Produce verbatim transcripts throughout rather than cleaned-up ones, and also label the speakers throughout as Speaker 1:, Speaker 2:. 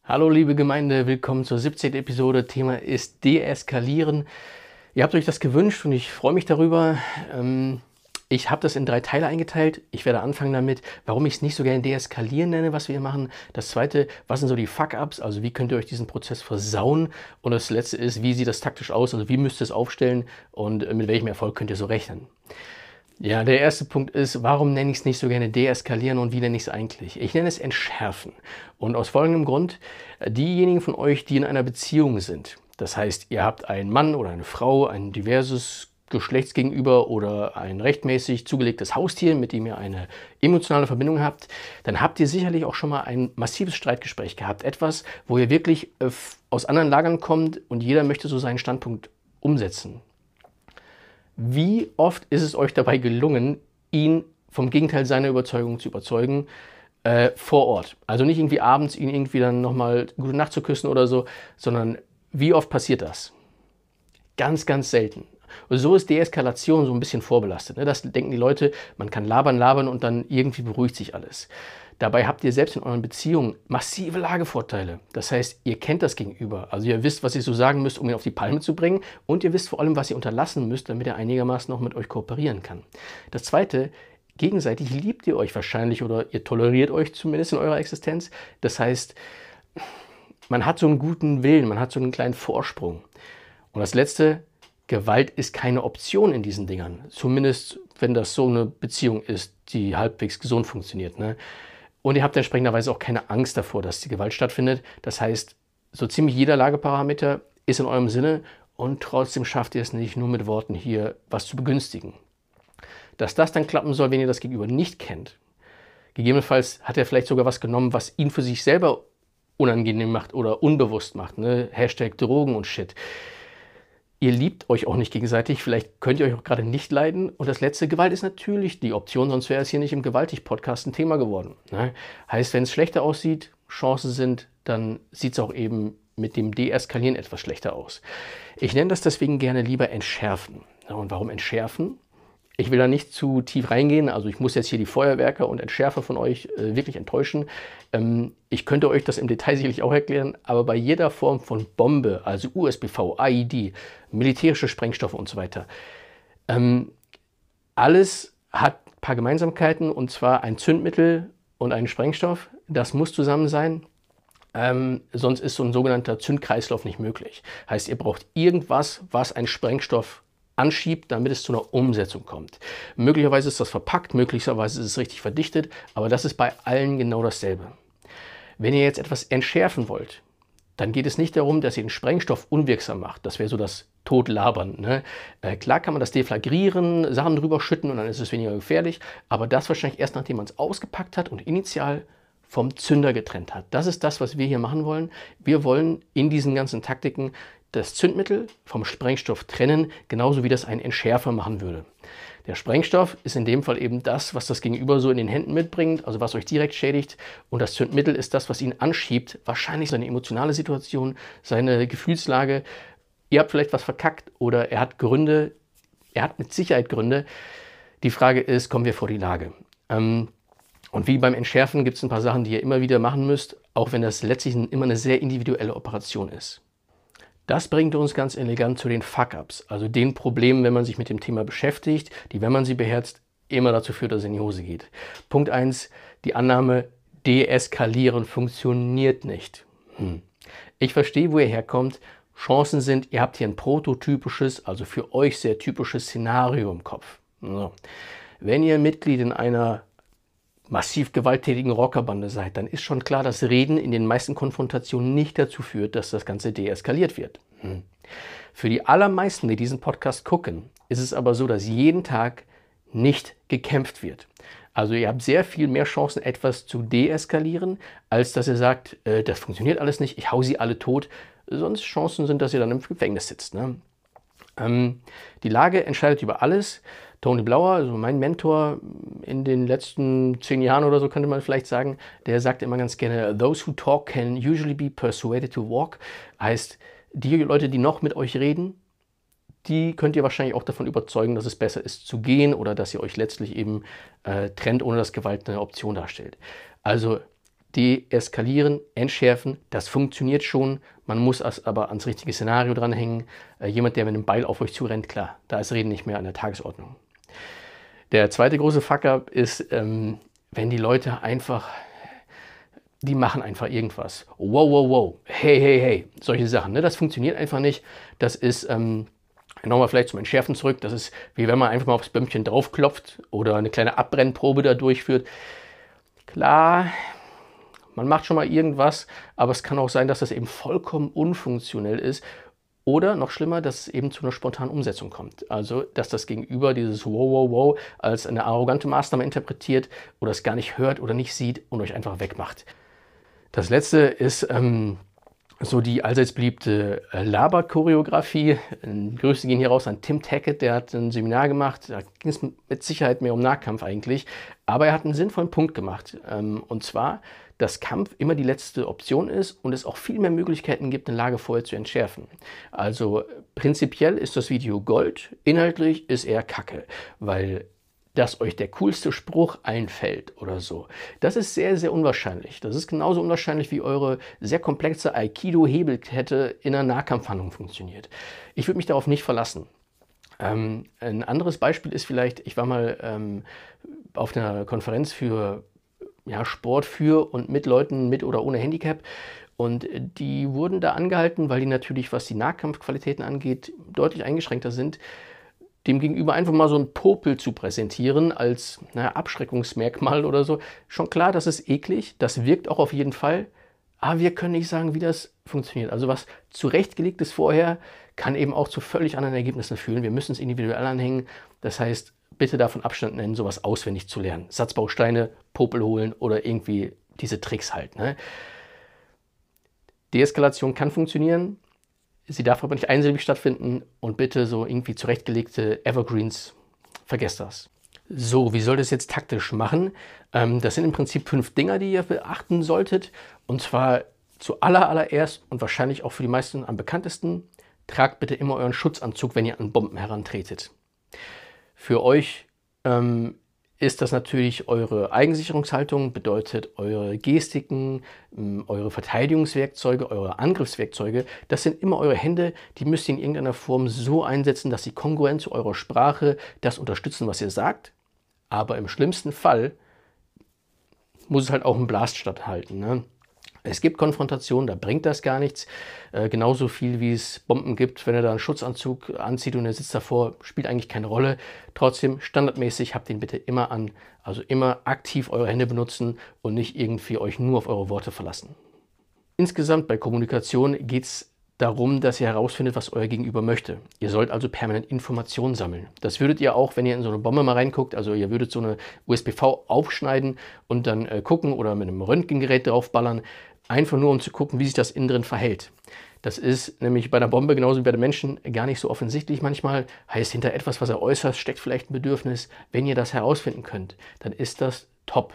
Speaker 1: Hallo liebe Gemeinde, willkommen zur siebzehnten Episode. Thema ist Deeskalieren. Ihr habt euch das gewünscht und ich freue mich darüber. Ähm, ich habe das in drei Teile eingeteilt. Ich werde anfangen damit, warum ich es nicht so gerne Deeskalieren nenne, was wir hier machen. Das zweite, was sind so die Fuck-Ups, also wie könnt ihr euch diesen Prozess versauen. Und das letzte ist, wie sieht das taktisch aus, also wie müsst ihr es aufstellen und mit welchem Erfolg könnt ihr so rechnen. Ja, der erste Punkt ist, warum nenne ich es nicht so gerne Deeskalieren und wie nenne ich es eigentlich? Ich nenne es Entschärfen. Und aus folgendem Grund, diejenigen von euch, die in einer Beziehung sind, das heißt, ihr habt einen Mann oder eine Frau, ein diverses Geschlechtsgegenüber oder ein rechtmäßig zugelegtes Haustier, mit dem ihr eine emotionale Verbindung habt, dann habt ihr sicherlich auch schon mal ein massives Streitgespräch gehabt. Etwas, wo ihr wirklich aus anderen Lagern kommt und jeder möchte so seinen Standpunkt umsetzen. Wie oft ist es euch dabei gelungen, ihn vom Gegenteil seiner Überzeugung zu überzeugen, äh, vor Ort? Also nicht irgendwie abends ihn irgendwie dann nochmal gute Nacht zu küssen oder so, sondern wie oft passiert das? Ganz, ganz selten. Und so ist Deeskalation so ein bisschen vorbelastet. Ne? Das denken die Leute, man kann labern, labern und dann irgendwie beruhigt sich alles. Dabei habt ihr selbst in euren Beziehungen massive Lagevorteile. Das heißt, ihr kennt das Gegenüber. Also ihr wisst, was ihr so sagen müsst, um ihn auf die Palme zu bringen. Und ihr wisst vor allem, was ihr unterlassen müsst, damit er einigermaßen noch mit euch kooperieren kann. Das Zweite, gegenseitig liebt ihr euch wahrscheinlich oder ihr toleriert euch zumindest in eurer Existenz. Das heißt, man hat so einen guten Willen, man hat so einen kleinen Vorsprung. Und das Letzte, Gewalt ist keine Option in diesen Dingern. Zumindest, wenn das so eine Beziehung ist, die halbwegs gesund funktioniert. Ne? Und ihr habt entsprechenderweise auch keine Angst davor, dass die Gewalt stattfindet. Das heißt, so ziemlich jeder Lageparameter ist in eurem Sinne und trotzdem schafft ihr es nicht, nur mit Worten hier was zu begünstigen. Dass das dann klappen soll, wenn ihr das Gegenüber nicht kennt. Gegebenenfalls hat er vielleicht sogar was genommen, was ihn für sich selber unangenehm macht oder unbewusst macht. Ne? Hashtag Drogen und Shit. Ihr liebt euch auch nicht gegenseitig, vielleicht könnt ihr euch auch gerade nicht leiden. Und das letzte, Gewalt ist natürlich die Option, sonst wäre es hier nicht im Gewaltig-Podcast ein Thema geworden. Ne? Heißt, wenn es schlechter aussieht, Chancen sind, dann sieht es auch eben mit dem Deeskalieren etwas schlechter aus. Ich nenne das deswegen gerne lieber entschärfen. Und warum entschärfen? Ich will da nicht zu tief reingehen, also ich muss jetzt hier die Feuerwerker und Entschärfer von euch äh, wirklich enttäuschen. Ähm, ich könnte euch das im Detail sicherlich auch erklären, aber bei jeder Form von Bombe, also U S B V, I E D, militärische Sprengstoffe und so weiter, ähm, alles hat ein paar Gemeinsamkeiten, und zwar ein Zündmittel und ein Sprengstoff. Das muss zusammen sein. Ähm, sonst ist so ein sogenannter Zündkreislauf nicht möglich. Heißt, ihr braucht irgendwas, was ein Sprengstoff anschiebt, damit es zu einer Umsetzung kommt. Möglicherweise ist das verpackt, möglicherweise ist es richtig verdichtet, aber das ist bei allen genau dasselbe. Wenn ihr jetzt etwas entschärfen wollt, dann geht es nicht darum, dass ihr den Sprengstoff unwirksam macht. Das wäre so das Totlabern. Ne? Äh, klar kann man das deflagrieren, Sachen drüber schütten und dann ist es weniger gefährlich, aber das wahrscheinlich erst, nachdem man es ausgepackt hat und initial vom Zünder getrennt hat. Das ist das, was wir hier machen wollen. Wir wollen in diesen ganzen Taktiken das Zündmittel vom Sprengstoff trennen, genauso wie das ein Entschärfer machen würde. Der Sprengstoff ist in dem Fall eben das, was das Gegenüber so in den Händen mitbringt, also was euch direkt schädigt. Und das Zündmittel ist das, was ihn anschiebt, wahrscheinlich seine emotionale Situation, seine Gefühlslage. Ihr habt vielleicht was verkackt oder er hat Gründe, er hat mit Sicherheit Gründe. Die Frage ist, kommen wir vor die Lage? Ähm, und wie beim Entschärfen gibt es ein paar Sachen, die ihr immer wieder machen müsst, auch wenn das letztlich immer eine sehr individuelle Operation ist. Das bringt uns ganz elegant zu den Fuck-Ups, also den Problemen, wenn man sich mit dem Thema beschäftigt, die, wenn man sie beherzt, immer dazu führt, dass es in die Hose geht. Punkt eins, die Annahme, Deeskalieren funktioniert nicht. Hm. Ich verstehe, wo ihr herkommt. Chancen sind, ihr habt hier ein prototypisches, also für euch sehr typisches Szenario im Kopf. So. Wenn ihr Mitglied in einer massiv gewalttätigen Rockerbande seid, dann ist schon klar, dass Reden in den meisten Konfrontationen nicht dazu führt, dass das Ganze deeskaliert wird. Hm. Für die allermeisten, die diesen Podcast gucken, ist es aber so, dass jeden Tag nicht gekämpft wird. Also ihr habt sehr viel mehr Chancen, etwas zu deeskalieren, als dass ihr sagt, äh, das funktioniert alles nicht, ich hau sie alle tot. Sonst Chancen sind, dass ihr dann im Gefängnis sitzt. Ne? Ähm, die Lage entscheidet über alles. Tony Blauer, also mein Mentor in den letzten zehn Jahren oder so, könnte man vielleicht sagen, der sagt immer ganz gerne, those who talk can usually be persuaded to walk. Heißt, die Leute, die noch mit euch reden, die könnt ihr wahrscheinlich auch davon überzeugen, dass es besser ist zu gehen oder dass ihr euch letztlich eben äh, trennt, ohne dass Gewalt eine Option darstellt. Also Deeskalieren, entschärfen, das funktioniert schon. Man muss es aber ans richtige Szenario dranhängen. Äh, jemand, der mit einem Beil auf euch zurennt, klar, da ist Reden nicht mehr an der Tagesordnung. Der zweite große Fuck-up ist, ähm, wenn die Leute einfach, die machen einfach irgendwas. Wow, wow, wow, hey, hey, hey, solche Sachen. Ne? Das funktioniert einfach nicht. Das ist, ähm, nochmal vielleicht zum Entschärfen zurück, das ist wie wenn man einfach mal aufs Bömmchen draufklopft oder eine kleine Abbrennprobe da durchführt. Klar, man macht schon mal irgendwas, aber es kann auch sein, dass das eben vollkommen unfunktionell ist. Oder noch schlimmer, dass es eben zu einer spontanen Umsetzung kommt. Also, dass das Gegenüber dieses Wow, wow, wow als eine arrogante Maßnahme interpretiert oder es gar nicht hört oder nicht sieht und euch einfach wegmacht. Das letzte ist ähm, so die allseits beliebte Laber-Choreografie. Grüße gehen hier raus an Tim Tackett, der hat ein Seminar gemacht. Da ging es mit Sicherheit mehr um Nahkampf eigentlich. Aber er hat einen sinnvollen Punkt gemacht. Und zwar, dass Kampf immer die letzte Option ist und es auch viel mehr Möglichkeiten gibt, eine Lage vorher zu entschärfen. Also prinzipiell ist das Video Gold, inhaltlich ist eher Kacke, weil dass euch der coolste Spruch einfällt oder so. Das ist sehr, sehr unwahrscheinlich. Das ist genauso unwahrscheinlich, wie eure sehr komplexe Aikido-Hebelkette in einer Nahkampfhandlung funktioniert. Ich würde mich darauf nicht verlassen. Ähm, ein anderes Beispiel ist vielleicht, ich war mal ähm, auf einer Konferenz für ja, Sport für und mit Leuten mit oder ohne Handicap. Und die wurden da angehalten, weil die natürlich, was die Nahkampfqualitäten angeht, deutlich eingeschränkter sind, dem gegenüber einfach mal so einen Popel zu präsentieren als naja, Abschreckungsmerkmal oder so. Schon klar, das ist eklig, das wirkt auch auf jeden Fall, aber wir können nicht sagen, wie das funktioniert. Also was zurechtgelegt ist vorher, kann eben auch zu völlig anderen Ergebnissen führen. Wir müssen es individuell anhängen. Das heißt, bitte davon Abstand nehmen, sowas auswendig zu lernen. Satzbausteine, Popel holen oder irgendwie diese Tricks halt. Ne? Deeskalation kann funktionieren. Sie darf aber nicht einsilbig stattfinden und bitte so irgendwie zurechtgelegte Evergreens, vergesst das. So, wie soll das jetzt taktisch machen? Ähm, das sind im Prinzip fünf Dinger, die ihr beachten solltet. Und zwar zuallererst und wahrscheinlich auch für die meisten am bekanntesten, tragt bitte immer euren Schutzanzug, wenn ihr an Bomben herantretet. Für euch ähm, ist das natürlich eure Eigensicherungshaltung, bedeutet eure Gestiken, eure Verteidigungswerkzeuge, eure Angriffswerkzeuge. Das sind immer eure Hände, die müsst ihr in irgendeiner Form so einsetzen, dass sie kongruent zu eurer Sprache das unterstützen, was ihr sagt. Aber im schlimmsten Fall muss es halt auch einen Blast statthalten. Ne? Es gibt Konfrontationen, da bringt das gar nichts. Äh, genauso viel, wie es Bomben gibt, wenn er da einen Schutzanzug anzieht und er sitzt davor, spielt eigentlich keine Rolle. Trotzdem, standardmäßig habt ihn bitte immer an. Also immer aktiv eure Hände benutzen und nicht irgendwie euch nur auf eure Worte verlassen. Insgesamt bei Kommunikation geht es darum, dass ihr herausfindet, was euer Gegenüber möchte. Ihr sollt also permanent Informationen sammeln. Das würdet ihr auch, wenn ihr in so eine Bombe mal reinguckt, also ihr würdet so eine U S B V aufschneiden und dann äh, gucken oder mit einem Röntgengerät draufballern, einfach nur um zu gucken, wie sich das innen drin verhält. Das ist nämlich bei der Bombe genauso wie bei den Menschen gar nicht so offensichtlich manchmal. Heißt, hinter etwas, was er äußert, steckt vielleicht ein Bedürfnis. Wenn ihr das herausfinden könnt, dann ist das top.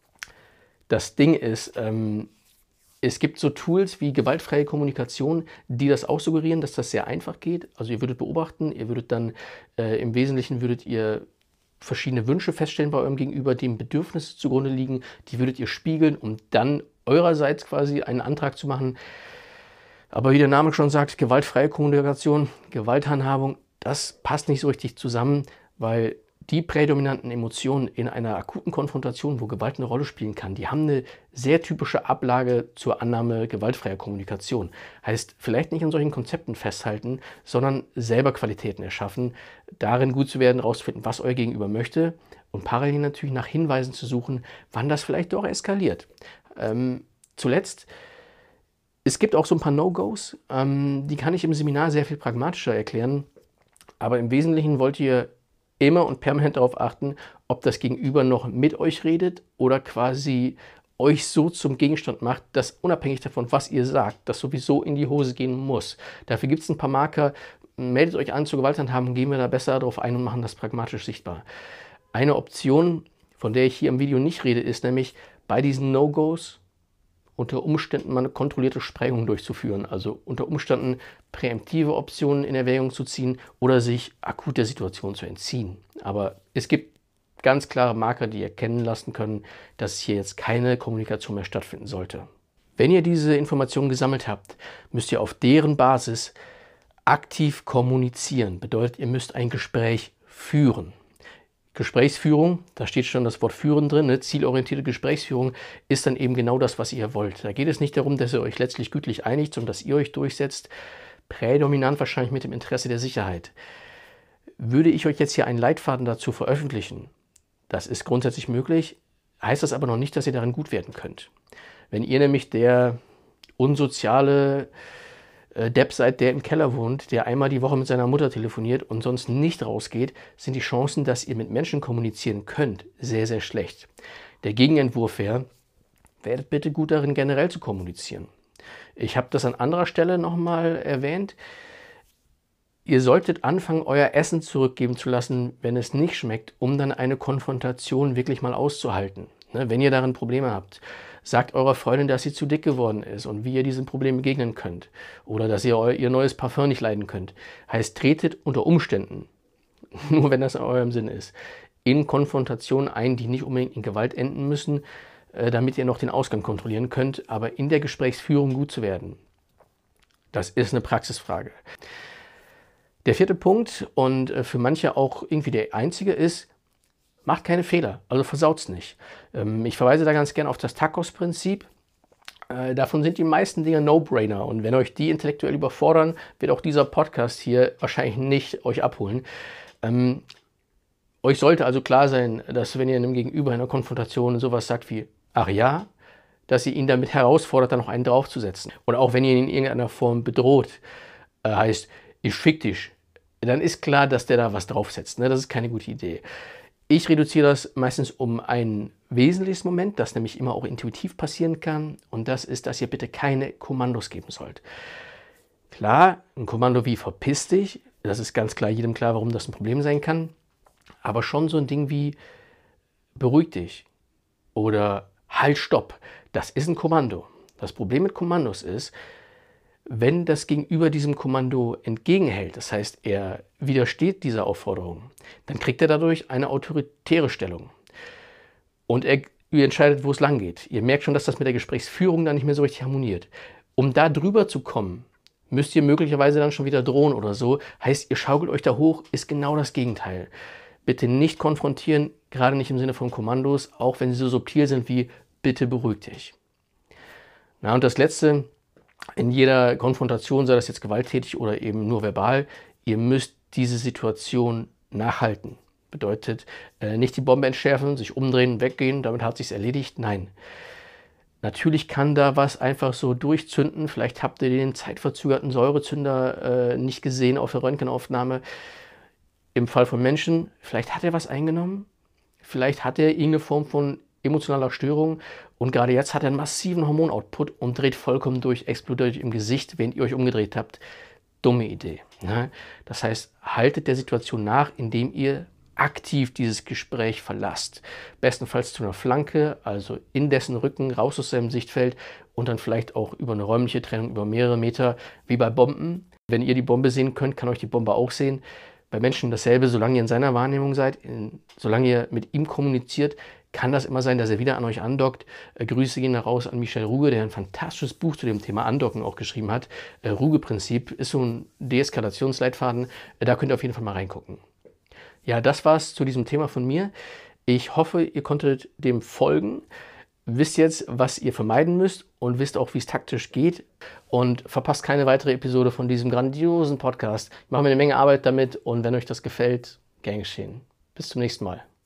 Speaker 1: Das Ding ist, ähm, es gibt so Tools wie gewaltfreie Kommunikation, die das auch suggerieren, dass das sehr einfach geht. Also ihr würdet beobachten, ihr würdet dann äh, im Wesentlichen würdet ihr verschiedene Wünsche feststellen bei eurem Gegenüber, dem Bedürfnisse zugrunde liegen. Die würdet ihr spiegeln, um dann eurerseits quasi einen Antrag zu machen. Aber wie der Name schon sagt, gewaltfreie Kommunikation, Gewalthandhabung, das passt nicht so richtig zusammen, weil die prädominanten Emotionen in einer akuten Konfrontation, wo Gewalt eine Rolle spielen kann, die haben eine sehr typische Ablage zur Annahme gewaltfreier Kommunikation. Heißt, vielleicht nicht an solchen Konzepten festhalten, sondern selber Qualitäten erschaffen, darin gut zu werden, herauszufinden, was euer Gegenüber möchte und parallel natürlich nach Hinweisen zu suchen, wann das vielleicht doch eskaliert. Ähm, zuletzt, es gibt auch so ein paar No-Gos, ähm, die kann ich im Seminar sehr viel pragmatischer erklären, aber im Wesentlichen wollt ihr immer und permanent darauf achten, ob das Gegenüber noch mit euch redet oder quasi euch so zum Gegenstand macht, dass unabhängig davon, was ihr sagt, das sowieso in die Hose gehen muss. Dafür gibt es ein paar Marker. Meldet euch an zur Gewalthandhabung, gehen wir da besser darauf ein und machen das pragmatisch sichtbar. Eine Option, von der ich hier im Video nicht rede, ist nämlich bei diesen No-Gos unter Umständen mal eine kontrollierte Sprengung durchzuführen, also unter Umständen präemptive Optionen in Erwägung zu ziehen oder sich akut der Situation zu entziehen. Aber es gibt ganz klare Marker, die erkennen lassen können, dass hier jetzt keine Kommunikation mehr stattfinden sollte. Wenn ihr diese Informationen gesammelt habt, müsst ihr auf deren Basis aktiv kommunizieren. Bedeutet, ihr müsst ein Gespräch führen. Gesprächsführung, da steht schon das Wort führen drin, ne? Zielorientierte Gesprächsführung ist dann eben genau das, was ihr wollt. Da geht es nicht darum, dass ihr euch letztlich gütlich einigt, sondern dass ihr euch durchsetzt, prädominant wahrscheinlich mit dem Interesse der Sicherheit. Würde ich euch jetzt hier einen Leitfaden dazu veröffentlichen, das ist grundsätzlich möglich, heißt das aber noch nicht, dass ihr darin gut werden könnt. Wenn ihr nämlich der unsoziale äh, Depp seid, der im Keller wohnt, der einmal die Woche mit seiner Mutter telefoniert und sonst nicht rausgeht, sind die Chancen, dass ihr mit Menschen kommunizieren könnt, sehr, sehr schlecht. Der Gegenentwurf wäre, werdet bitte gut darin, generell zu kommunizieren. Ich habe das an anderer Stelle nochmal erwähnt. Ihr solltet anfangen, euer Essen zurückgeben zu lassen, wenn es nicht schmeckt, um dann eine Konfrontation wirklich mal auszuhalten. Ne, wenn ihr darin Probleme habt, sagt eurer Freundin, dass sie zu dick geworden ist und wie ihr diesem Problem begegnen könnt. Oder dass ihr euer, ihr neues Parfum nicht leiden könnt. Heißt, tretet unter Umständen, nur wenn das in eurem Sinn ist, in Konfrontationen ein, die nicht unbedingt in Gewalt enden müssen, äh, damit ihr noch den Ausgang kontrollieren könnt, aber in der Gesprächsführung gut zu werden. Das ist eine Praxisfrage. Der vierte Punkt und äh, für manche auch irgendwie der einzige ist, macht keine Fehler, also versaut's nicht. Ähm, ich verweise da ganz gerne auf das Tacos-Prinzip. Äh, davon sind die meisten Dinge No-Brainer. Und wenn euch die intellektuell überfordern, wird auch dieser Podcast hier wahrscheinlich nicht euch abholen. Ähm, euch sollte also klar sein, dass wenn ihr einem Gegenüber in einer Konfrontation sowas sagt wie, ach ja, dass ihr ihn damit herausfordert, da noch einen draufzusetzen. Oder auch wenn ihr ihn in irgendeiner Form bedroht, äh, heißt, ich fick dich, dann ist klar, dass der da was draufsetzt. Ne? Das ist keine gute Idee. Ich reduziere das meistens um ein wesentliches Moment, das nämlich immer auch intuitiv passieren kann. Und das ist, dass ihr bitte keine Kommandos geben sollt. Klar, ein Kommando wie verpiss dich, das ist ganz klar jedem klar, warum das ein Problem sein kann. Aber schon so ein Ding wie beruhig dich oder halt, stopp, das ist ein Kommando. Das Problem mit Kommandos ist, wenn das Gegenüber diesem Kommando entgegenhält, das heißt, er widersteht dieser Aufforderung, dann kriegt er dadurch eine autoritäre Stellung. Und er entscheidet, wo es lang geht. Ihr merkt schon, dass das mit der Gesprächsführung dann nicht mehr so richtig harmoniert. Um da drüber zu kommen, müsst ihr möglicherweise dann schon wieder drohen oder so. Heißt, ihr schaukelt euch da hoch, ist genau das Gegenteil. Bitte nicht konfrontieren, gerade nicht im Sinne von Kommandos, auch wenn sie so subtil sind wie bitte beruhig dich. Na, und das Letzte, in jeder Konfrontation, sei das jetzt gewalttätig oder eben nur verbal, ihr müsst diese Situation nachhalten. Bedeutet, äh, nicht die Bombe entschärfen, sich umdrehen, weggehen, damit hat sich's erledigt. Nein. Natürlich kann da was einfach so durchzünden. Vielleicht habt ihr den zeitverzögerten Säurezünder äh, nicht gesehen auf der Röntgenaufnahme. Im Fall von Menschen, vielleicht hat er was eingenommen, vielleicht hat er irgendeine Form von emotionaler Störung und gerade jetzt hat er einen massiven Hormonoutput und dreht vollkommen durch, explodiert im Gesicht, während ihr euch umgedreht habt. Dumme Idee. Ne? Das heißt, haltet der Situation nach, indem ihr aktiv dieses Gespräch verlasst. Bestenfalls zu einer Flanke, also in dessen Rücken, raus aus seinem Sichtfeld und dann vielleicht auch über eine räumliche Trennung über mehrere Meter, wie bei Bomben. Wenn ihr die Bombe sehen könnt, kann euch die Bombe auch sehen. Bei Menschen dasselbe, solange ihr in seiner Wahrnehmung seid, in, solange ihr mit ihm kommuniziert, kann das immer sein, dass er wieder an euch andockt. Äh, Grüße gehen raus an Michel Ruge, der ein fantastisches Buch zu dem Thema Andocken auch geschrieben hat. Äh, Ruge-Prinzip ist so ein Deeskalationsleitfaden. Äh, da könnt ihr auf jeden Fall mal reingucken. Ja, das war's zu diesem Thema von mir. Ich hoffe, ihr konntet dem folgen, wisst jetzt, was ihr vermeiden müsst und wisst auch, wie es taktisch geht und verpasst keine weitere Episode von diesem grandiosen Podcast. Ich mache mir eine Menge Arbeit damit und wenn euch das gefällt, gern geschehen. Bis zum nächsten Mal.